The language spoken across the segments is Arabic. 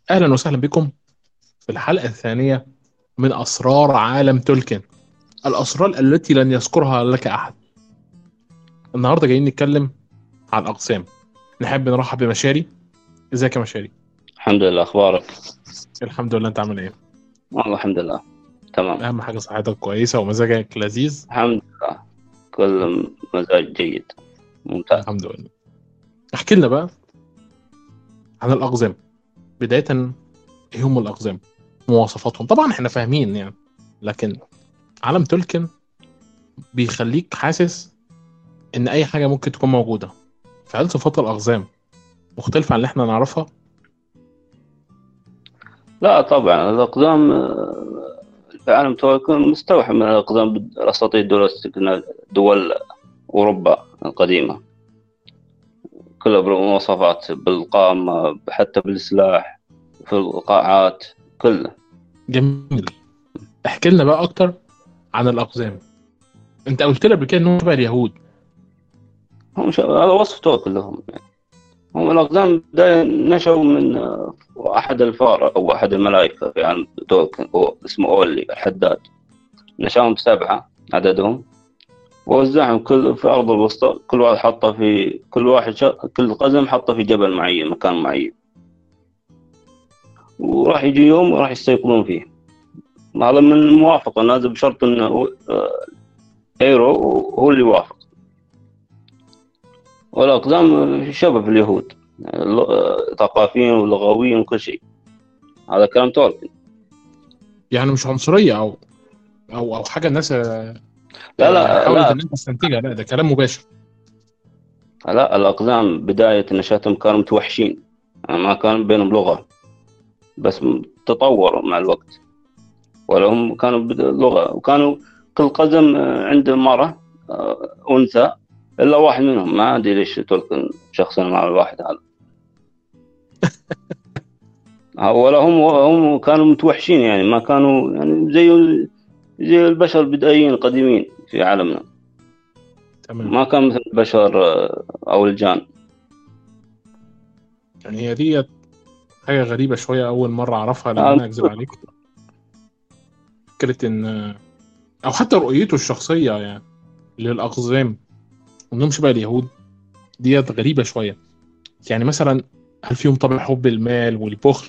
أهلا وسهلا بكم في الحلقة الثانية من أسرار عالم تولكن، الأسرار التي لن يذكرها لك أحد. النهاردة جايين نتكلم عن الأقسام. نحب نرحب بمشاري. ازيك يا مشاري؟ الحمد لله. أخبارك؟ الحمد لله، أنت عامل إيه؟ والله الحمد لله تمام. أهم حاجة صحتك كويسة ومزاجك لذيذ. الحمد لله، كل مزاج جيد ممتاز. الحمد لله. احكي لنا بقى عن الأقزام بداية. إيه هم الأقزام؟ مواصفاتهم طبعا إحنا فاهمين يعني، لكن عالم تولكن بيخليك حاسس إن أي حاجة ممكن تكون موجودة. فهل صفات الأقزام مختلفة عن اللي إحنا نعرفها؟ لا طبعا الأقدام في عالم تولكن مستوحى من الأقدام أساطير دول أوروبا القديمة، كلها بالمواصفات، بالقامة، حتى بالسلاح، في القاعات كله. جميل. احكي لنا بقى اكتر عن الاقزام. انت قلت لي قبل كده انهم شبه اليهود. هذا وصف تولكن لهم. هم الأقدام بداية نشأوا من أحد الفار أو أحد الملائكة في عالم تولكن، هو اسمه أولي الحداد. نشأهم 7 عددهم، ووزعهم كل في أرض الوسطى. كل واحد حطه في كل قزم حطه في جبل معين، مكان معين، وراح يجي يوم وراح يستيقظون فيه. هذا من الموافقة، نازل بشرط أنه هيرو هو اللي يوافق. والأقزام شبه في اليهود، ثقافيا ولغويا وكل شيء. هذا كلام تولكن. يعني مش عنصريه او حاجه الناس لا لا حاولت لا ان انت تستنتجها. لا، ده كلام مباشر. لا، الأقزام بداية نشأتهم كانوا متوحشين، يعني ما كان بينهم لغة، بس تطوروا مع الوقت. ولهم كانوا لغة، وكانوا كل قزم عنده مرة أنثى، إلا واحد منهم ما أدري ليش تولكن شخصا مع الواحد هذا. ولا هم كانوا متوحشين، يعني ما كانوا يعني زي البشر البدائيين القديمين في عالمنا. تمام. ما كان مثل البشر أو الجان. يعني هي دي حاجه غريبه شويه، اول مره اعرفها لما آه، انا اكذب عليك. فكره ان او حتى رؤيته الشخصيه يعني للاقزام انهم شبه اليهود ديت غريبه شويه. يعني مثلا هل فيهم طبع حب المال والبخل؟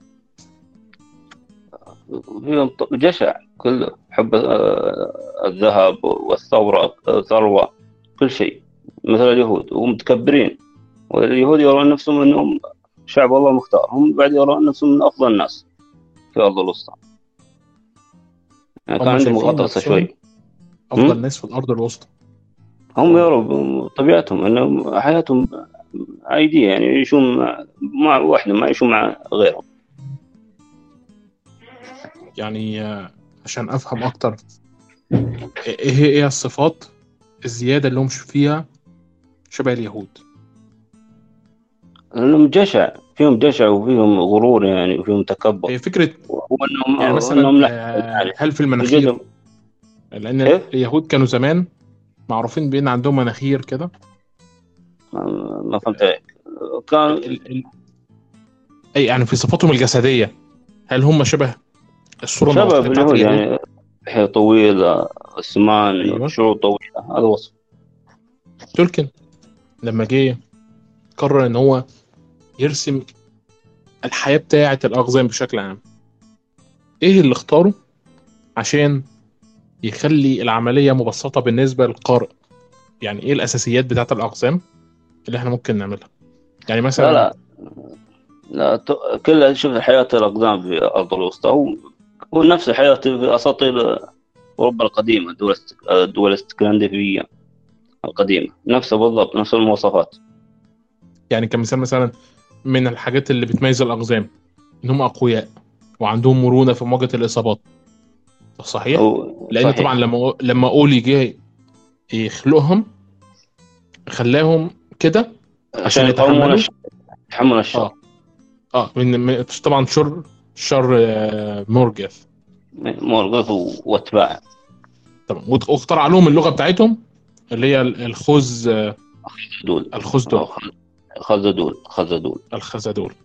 فيهم جشع، كله حب الذهب والثورة، ثروة، كل شيء مثل اليهود، ومتكبرين. واليهود يرون نفسهم أنهم شعب الله مختار، هم بعد يرون نفسهم من أفضل الناس في الأرض الوسطى. يعني كان هم عندهم شايفين غطرسة نفسهم شوي. افضل هم ناس في الارض الوسطى. هم اه. يروا طبيعتهم أنهم حياتهم عادية، يعني يعيشون مع وحدهم، ما يعيشون مع غيرهم. يعني عشان افهم اكتر، ايه الصفات الزياده اللي هم فيها شبه اليهود؟ لأنهم جشع، فيهم جشع وفيهم غرور يعني، وفيهم تكبر. هي فكره. يعني مثلا وأنهم لا يعني هل في المناخير؟ وجودهم. لان كيف؟ اليهود كانوا زمان معروفين بان عندهم مناخير كده. ما فهمت عليك. كان ال... ال... اي يعني في صفاتهم الجسديه، هل هم شبه الصوره شبه النمطيه بتاعت باليهود اليهود؟ يعني، لحية طويلة، السمان، ايوه. شعور طويلة، هذا وصف. تولكن لما جه قرر ان هو يرسم الحياه بتاعه الاقزام بشكل عام، ايه اللي اختاره عشان يخلي العمليه مبسطه بالنسبه للقارئ؟ يعني ايه الاساسيات بتاعه الاقزام اللي احنا ممكن نعملها؟ يعني لا مثلا. لا لا، كل شوف حياة الأقدام في الأرض الوسطى هو نفس الحياة في أساطير أوروبا القديمة، الدول الاسكندنافية القديمة، نفسها بالضبط، نفس المواصفات. يعني كمثال مثلا من الحاجات اللي بتميز الأقزام إنهم أقوياء وعندهم مرونة في مواجهة الإصابات. صحيح؟ هو لأن طبعا صحيح. لما أولي جه يخلقهم خلاهم كده عشان عشان يقاومون يتحملوا. الشر، يتحمل الشر. اه. اه، طبعا شر مورجث. مرغث واتباعه. طبعا واخترع لهم اللغة بتاعتهم اللي هي الخز. دول الخزدل. أو خزدول. الخزدول.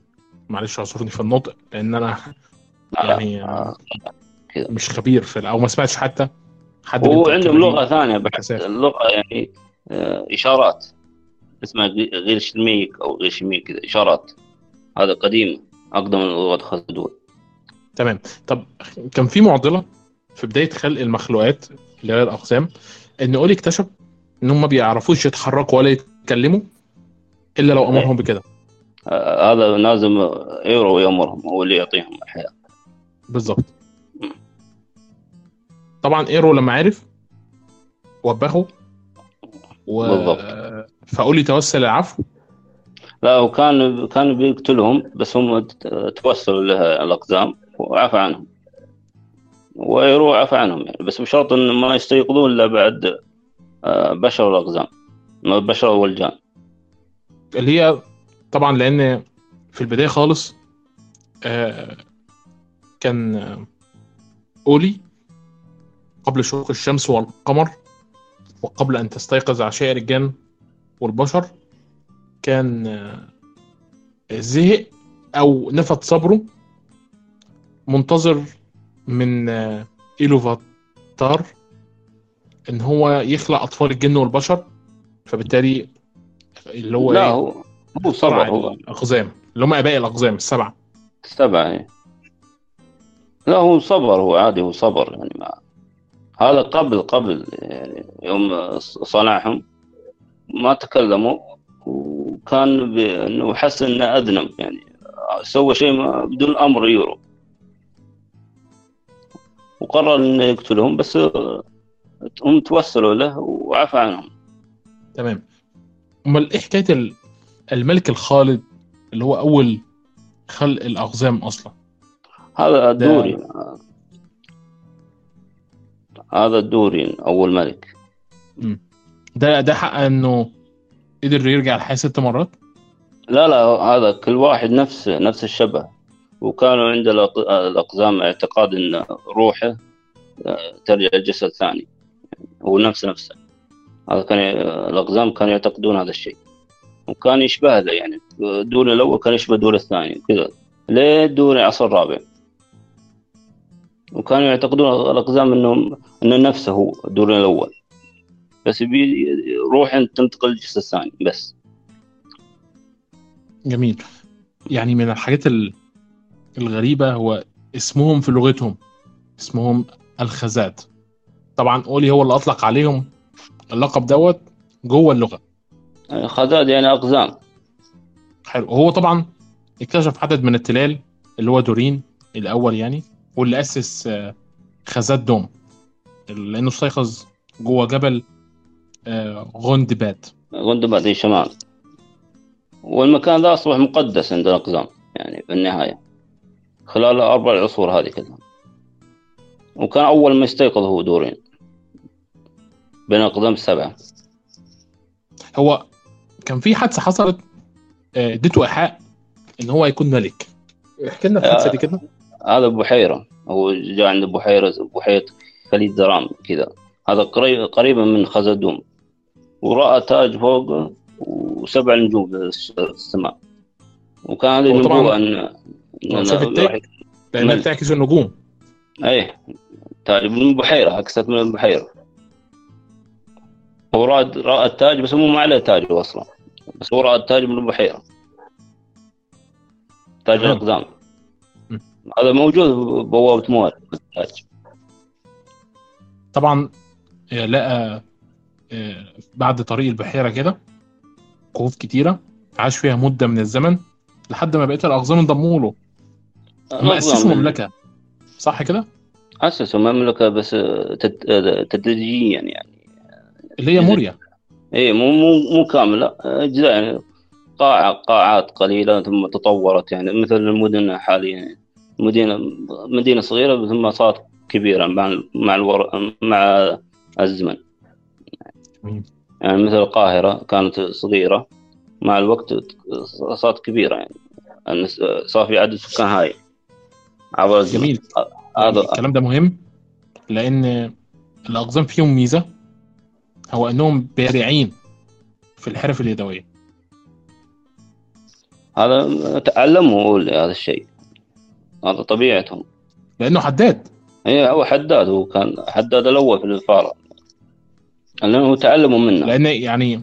معلش اعذرني في النطق لان انا لا لا يعني كذا. مش خبير في او ما سمعتش حتى حد من وعندهم الكبارين لغة ثانية بعد، بكثافه. اللغة يعني إشارات، اسمها غير شلميك أو غير شميك كذا، إشارات. هذا قديم، أقدم من لغة خزدون. تمام. طب كان في معضله في بدايه خلق المخلوقات اللي هي الاقزام، ان اولي اكتشف ان هم ما بيعرفوش يتحركوا ولا يتكلموا الا لو إيه. امرهم بكده. هذا لازم ايرو يأمرهم، هو اللي يعطيهم الحياة. بالظبط. طبعا ايرو لما عرف وبخه و بالضبط. فاولي توسل العفو. لا، وكان بيقتلهم، بس هم توسلوا له الأقزام وعفى عنهم، ويروح عفى عنهم يعني، بس بشرط إن ما يستيقظون إلا بعد بشر الأقزام، ما البشر والجان. اللي هي طبعا لان في البدايه خالص آه، كان اولي قبل شروق الشمس والقمر وقبل ان تستيقظ عشائر الجن والبشر كان زهق او نفد صبره منتظر من إيلوفاتار ان هو يخلق اطفال الجن والبشر، فبالتالي اللي هو لا، ايه هو اخترع صبر هو. الاقزام اللي هم اباء الاقزام السبعه. استبع يعني. لا، هو صبر، هو عادي، هو صبر يعني. ما هذا قبل يعني يوم صنعهم ما تكلموا، وكان انه حس انه اذنب يعني، سوى شيء بدون امر يورو، وقرر انه يقتلهم، بس هم توسلوا له وعفى عنهم. تمام. امال ايه حكايه الملك الخالد اللي هو اول خلق الاقزام اصلا؟ هذا ده الدوري، هذا الدوري اول ملك. مم. ده حق انه قدر يرجع الحياه 6 مرات. لا لا، هذا كل واحد نفس الشبه. وكانوا عند الأقزام اعتقاد أن روحه ترجع الجسد ثاني، هو نفسه. هذا كان الأقزام كانوا يعتقدون هذا الشيء، وكان يشبه له يعني. دول الأول كان يشبه دول الثاني كذا، ليه دول العصر الرابع. وكانوا يعتقدون الأقزام إنه نفسه هو دول الأول، بس روح تنتقل للجسد الثاني بس. جميل. يعني من الحاجات الغريبه هو اسمهم في لغتهم اسمهم الخزات. طبعا اولي هو اللي اطلق عليهم اللقب دوت جوه اللغه. خزاد يعني أقزام. حلو. هو طبعا اكتشف عدد من التلال اللي هو دورين الاول يعني، واللي اسس خزات دوم لانه استيقظ جوه جبل غوندباد. غندباد هي شمال، والمكان ذا أصبح مقدس عند الأقزام يعني في النهاية، خلال 4 عصور هذه كلها. وكان أول ما يستيقظ هو دورين بين الأقزام السبعة. هو كان في حادثه حصلت اديته ايحاء ان هو يكون ملك. احكي لنا الحادثه دي آه، كده. هذا بحيرة، هو جاء عند بحيرة خليج درام كذا. هذا قريبا من خزدوم، ورأى تاج فوقه و7 نجوم في السماء. وكان هذه هو طبعا النبوة إن شاف التاج راح لانها ملك. بتعكس النجوم. أيه، تاج من البحيرة، عكست من البحيرة. هو رأى التاج، بس هو ما عليه تاج أصلا، بس هو رأى التاج من البحيرة، تاج تمام. الأقزام. م. هذا موجود بوابة موال التاج. طبعا لقى بعد طريق البحيره كده كهوف كتيره عاش فيها مده من الزمن لحد ما بقيت الاقزام انضموا له. هم اسسوا الأقزام مملكه صح كده؟ أسسوا مملكة، بس تدريجيا يعني. اللي هي جزء. موريا. إيه، مو كاملة، أجزاء يعني. قاعات قليلة ثم تطورت يعني، مثل المدن حاليا. مدينة صغيرة ثم صارت كبيرة مع الزمن. مم. يعني مثل القاهرة كانت صغيرة، مع الوقت صارت كبيرة يعني. صار في عدد سكان هاي عبر الزمن. جميل. يعني هذا الكلام ده مهم لان الاقزام فيهم ميزه هو انهم بارعين في الحرف اليدويه. هذا تعلموا أولي هذا الشيء، هذا طبيعتهم. لانه حداد. هي هو حداد، هو كان حداد الأول في الفارة، لأنه تعلموا منه. لان يعني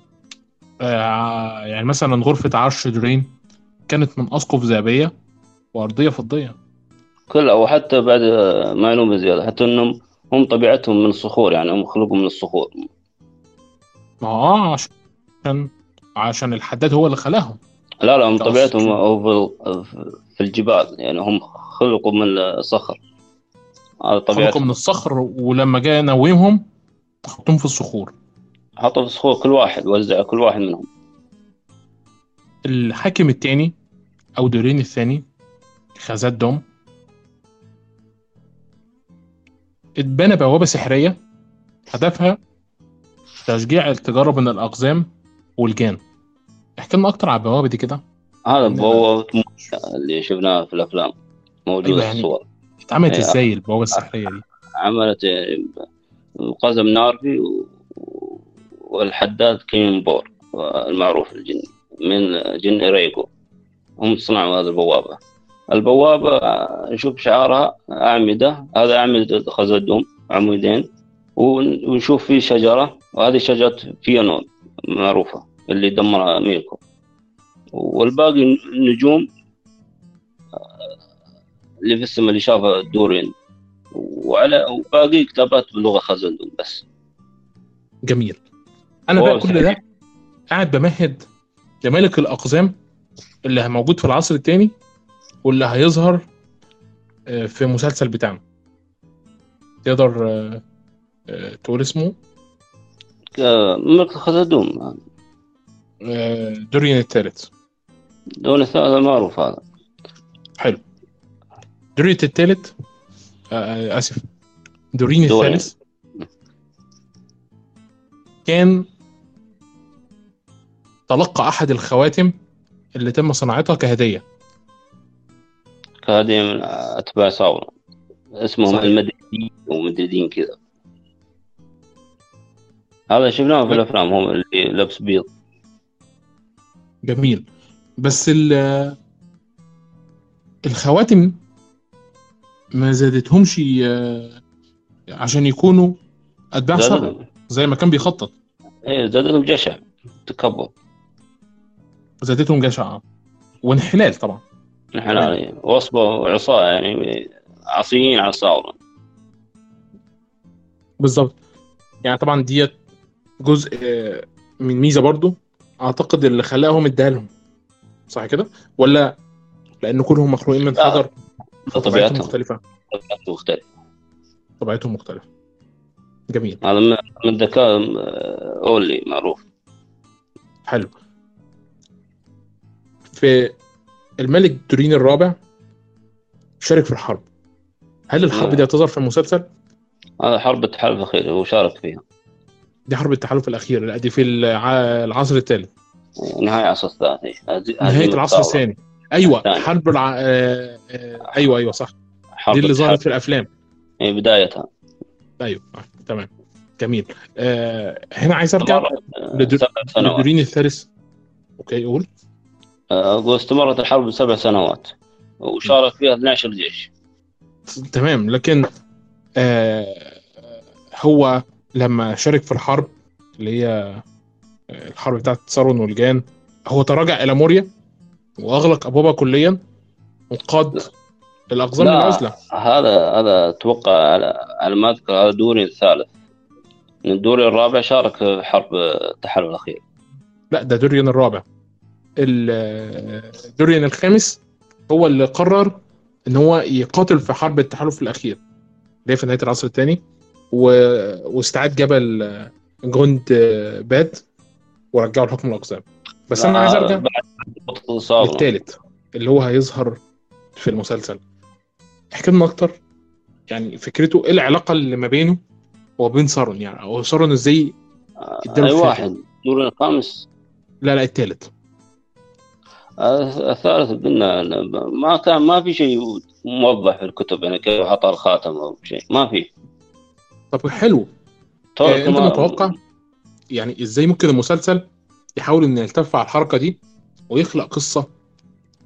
يعني مثلا غرفه عرش درين كانت من اسقف ذهبيه وارضيه فضيه. كلها، وحتى بعد معلومة زيادة، حتى أنهم هم طبيعتهم من الصخور، يعني هم خلقوا من الصخور. ما هو عشان الحداد هو اللي خلاهم. لا لا، هم كأصل طبيعتهم هو في الجبال، يعني هم خلقوا من الصخر، هذا خلقوا من طبيعتهم. الصخر، ولما جاء نومهم حطهم في الصخور. حطوا في الصخور، كل واحد وزع كل واحد منهم. الحاكم الثاني او دورين الثاني خزاد دوم اتبنى بوابه سحريه هدفها تشجيع التجاره بين الاقزام والجان. احكي لنا اكتر على البوابه دي كده. هذا لان بوابة اللي شفناه في الأفلام، موجودة ايوه في يعني الصور. اتعملت هي ازاي البوابه السحريه دي؟ عملت قزم نارفي والحداد كيمبور المعروف الجني من جن إريغو، هم صنعوا هذه البوابة. البوابة نشوف شعارها أعمدة، هذا أعمدة خزدهم عمودين، ونشوف فيه شجرة، وهذه شجرة فيانون معروفة اللي دمرها ميلكو، والباقي النجوم اللي في السماء اللي شافها دورين، وباقي كتابات باللغة خزدهم بس. جميل. انا بقى كل ده قاعد بمهد لملك الاقزام اللي موجود في العصر الثاني واللي هيظهر في مسلسل بتاعنا. تقدر تقول اسمه؟ ملك خزدهم دوريان الثالث. دون الثالث معروف هذا. حلو. دوريان الثالث اسف، دورين الثالث كان تلقى احد الخواتم اللي تم صناعتها كهديه. كهدية من أتباع ساورون، اسمهم صحيح. المدريدين ومدريدين كذا. هذا شفناه في الأفلام، هم اللي لبس بيض. جميل. بس الخواتم ما زادتهمش عشان يكونوا اتباع ساورون زي ما كان بيخطط. ايه، زادتهم جشع، تكبر، زادتهم جشع وانحلال طبعا. نحن يعني وصبوا عصاه، يعني عصيين على ساورون. بالظبط. يعني طبعا ديت جزء من ميزه برضو اعتقد اللي خلاهم اداها لهم، صح كده ولا؟ لان كلهم مخلوقين من حجر فطبيعتهم مختلفه. طبيعتهم مختلفه. جميل. هذا من الذكاء اولي معروف. حلو. في الملك دورين الرابع شارك في الحرب. هل الحرب دي هتظهر في المسلسل؟ هذا حرب التحالف الأخير هو شارك فيها. دي حرب التحالف الأخير، لا دي في العصر الثالث، نهاية العصر الثاني، نهاية العصر الثاني. أيوة حرب أيوة صح، دي اللي ظهرت في الأفلام. هي بدايتها. أيوة تمام. جميل. هنا عايز أرجع لدورين الثالث. أوكي قول. واستمرت الحرب 7 سنوات وشارك فيها 12 جيش. تمام. لكن هو لما شارك في الحرب اللي هي الحرب بتاعت سارون والجان، هو تراجع إلى موريا وأغلق أبوابها كليا وقاد الأقزام العزلة. هذا أتوقع على ما أذكر هذا دوري الثالث. من الدوري الرابع شارك في حرب التحالف الأخير. لا ده دوريان الرابع. دوريان الخامس هو اللي قرر ان هو يقاتل في حرب التحالف الاخير اللي هي في نهايه العصر الثاني واستعاد جبل جوند باد ورجعوا الحكم الاقزام. بس انا عايز ارجع للثالث اللي هو هيظهر في المسلسل. احكي لنا اكتر يعني فكرته، ايه العلاقه اللي ما بينه وبين سارون، يعني او سارون ازاي اي واحد دوري الخامس؟ لا الثالث. الثالث قلنا ما في شيء موضح في الكتب، يعني كيف حط الخاتم او شيء، ما في. طب حلو. انت متوقع يعني ازاي ممكن المسلسل يحاول انه يلتف على الحركه دي ويخلق قصه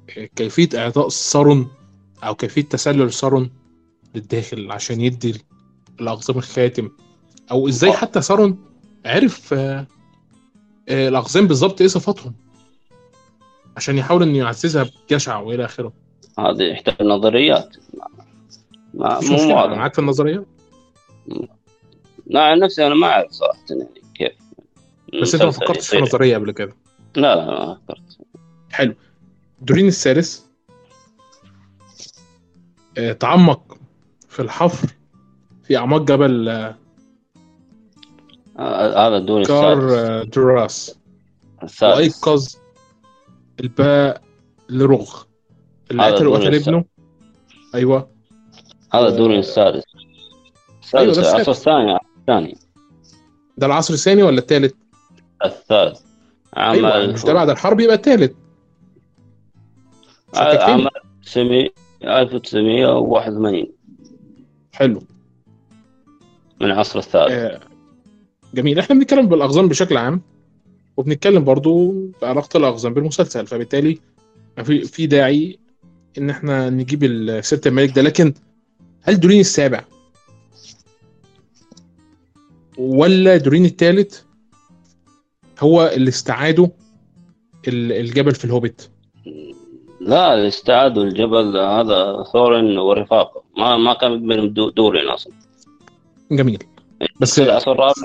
كيفيه اعطاء سارون او كيفيه تسلل سارون للداخل عشان يدي الاقزام الخاتم، او ازاي حتى سارون عرف الاقزام بالظبط ايه صفاتهم عشان يحاول انه يعززها بجشع والى اخره. هذه يحتاج نظريات. مفيش مو مشكله، انا واضح. معاك في النظريه. لا عن نفسي انا ما اعرف صراحه يعني كيف بس انت ما المسلسل فكرتش في يصير. نظريه قبل كده؟ لا ما فكرت. حلو. دورين الثالث تعمق في الحفر في اعماق جبل هذا الدور كار السادس. دوراس، السادس. وايقظ الباء لرغ اللي هذا الدور قتل ابنه. ايوه. هذا و... الدور السادس. ايوه ده السادس العصر السادس. الثاني. الثاني. ده العصر الثاني ولا الثالث؟ الثالث. عام ايوه مش ده بعد الحرب يبقى الثالث. عام شككتني. 1981 حلو. من العصر الثالث. جميل. احنا بنتكلم بالاقزام بشكل عام، وبنتكلم برضو بعلاقه الاقزام بالمسلسل، فبالتالي في داعي ان احنا نجيب سيره الملك ده. لكن هل دورين السابع ولا دورين الثالث هو اللي استعادوا الجبل في الهوبيت؟ لا استعادوا الجبل هذا ثورن ورفاقه، ما كان بينهم دورين اصلا. جميل. بس في العصر الرابع.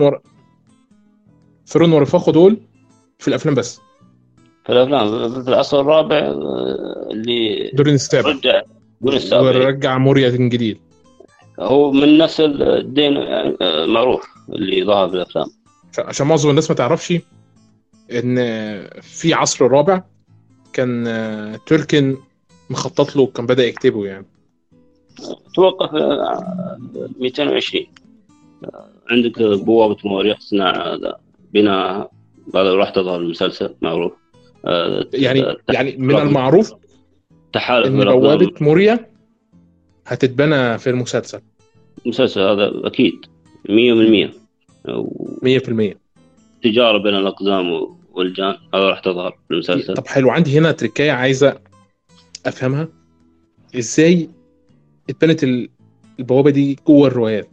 ثورن ورفاقه دول في الافلام بس. في الافلام في العصر الرابع اللي دورين السابع رجع دور السابع. ورجع موريا من جديد. هو من نسل الدين معروف اللي ظهر في الافلام. عشان معظم الناس ما تعرفش ان في عصر الرابع كان تولكن مخطط له، كان بدأ يكتبه يعني. توقف 220. عندك بوابة موريا صناعة هذا بناء، هذا راح تظهر المسلسل معروف. يعني من المعروف تحالف ان بوابة موريا هتتبنى في المسلسل. المسلسل هذا اكيد 100%. 100%. تجارة بين الأقزام والجان هذا راح تظهر في المسلسل. طب حلو، عندي هنا تركاية عايزة أفهمها. إزاي اتبنت البوابة دي جوه الروايات؟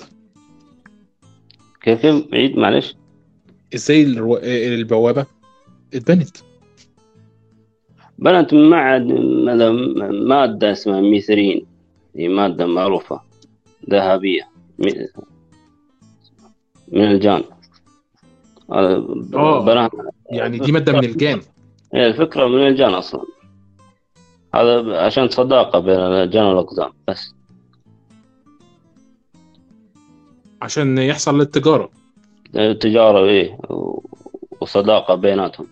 كيف عيد معلش؟ إزاي البوابة اتبنت؟ بنت مع مادة اسمها ميثرين، هي مادة معروفة ذهبية من الجان. يعني دي مادة من الجان. هي الفكرة من الجان أصلا، هذا عشان صداقة بين الجان والأقزام بس، عشان يحصل للتجارة. التجارة إيه وصداقة بيناتهم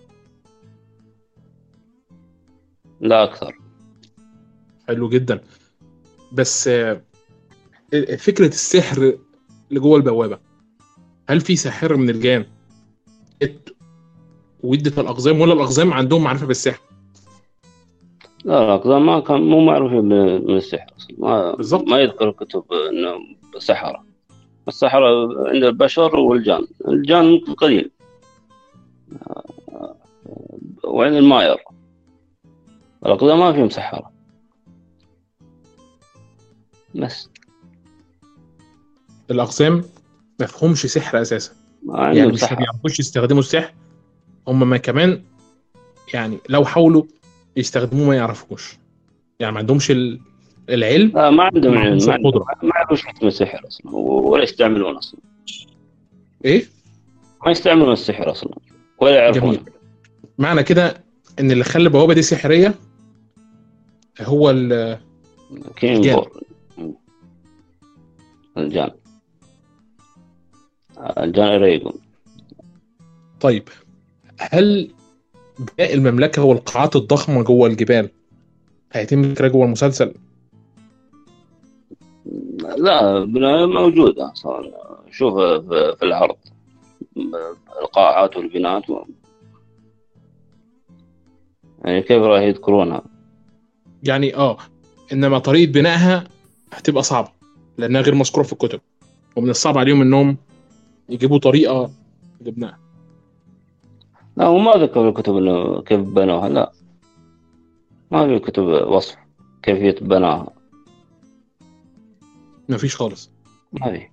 لا أكثر. حلو جدا. بس فكرة السحر اللي جوه البوابة، هل في ساحر من الجان وادت الأقزام، ولا الأقزام عندهم معرفة بالسحر؟ لا الأقزام ما كان مو معروفين من السحر أصلا. بالضبط. ما يذكر الكتب إنه سحرة. السحرة عند البشر والجان، الجان ممكن قليل، وعند الماير. الأقزام ما فيهم سحرة بس. الأقزام ما فيهمش سحر أساسا، يعني مش ما بيعرفوش يستخدموا السحر. هم ما كمان يعني لو حاولوا يستخدموه ما يعرفوش، يعني ما عندهمش العلم. لا ما عندهم علم، ما يعرفوش اسم السحر أصلا ولا يستعملون أصلا. إيه؟ ما يستعملون السحر أصلا ولا يعرفون. جميل. معنى كده إن اللي خلى البوابة دي سحرية هو الجان. الجان إريغون. طيب هل بناء المملكة والقاعات الضخمة جوه الجبال هيتم ذكرها جوه المسلسل؟ لا بناء موجودة أصلا، شوف في العرض القاعات والبنات يعني كيف راح يذكرونها؟ يعني إنما طريقة بنائها هتبقى صعبة لأنها غير مذكورة في الكتب، ومن الصعب عليهم إنهم يجيبوا طريقة لبنائها. لا وما ذكر الكتب إنه كيف بنوها. لا ما في كتب وصف كيفية بناها، مفيش خالص. ما في.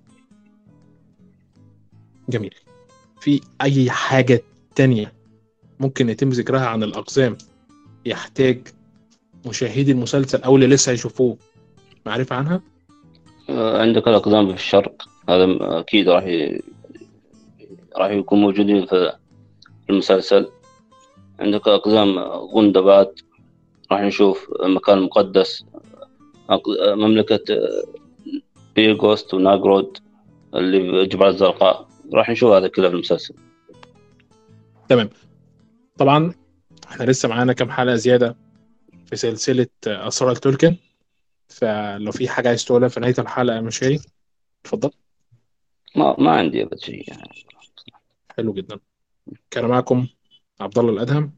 جميل. في اي حاجة تانية ممكن يتم ذكرها عن الاقزام يحتاج مشاهدي المسلسل او اللي لسه هيشوفوه معرفة عنها؟ عندك الأقدام في الشرق، هذا أكيد راح يكون موجودين في المسلسل. عندك أقزام غندباد، راح نشوف المكان المقدس، مملكة بيغوست وناغرود اللي في الجبال الزرقاء، راح نشوف هذا كله في المسلسل. تمام. طبعا احنا لسه معانا كام حلقة زيادة في سلسلة أسرار تولكن، فلو في حاجة عايز تقولها في نهاية الحلقة يا مشاري اتفضل. ما عندي أبد شيء يعني. حلو جدا. كان معكم عبد الله الأدهم،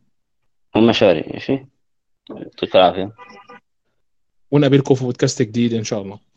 ومشاري شيء، يعطيك العافية. ونقابلكم في بودكاست جديد إن شاء الله.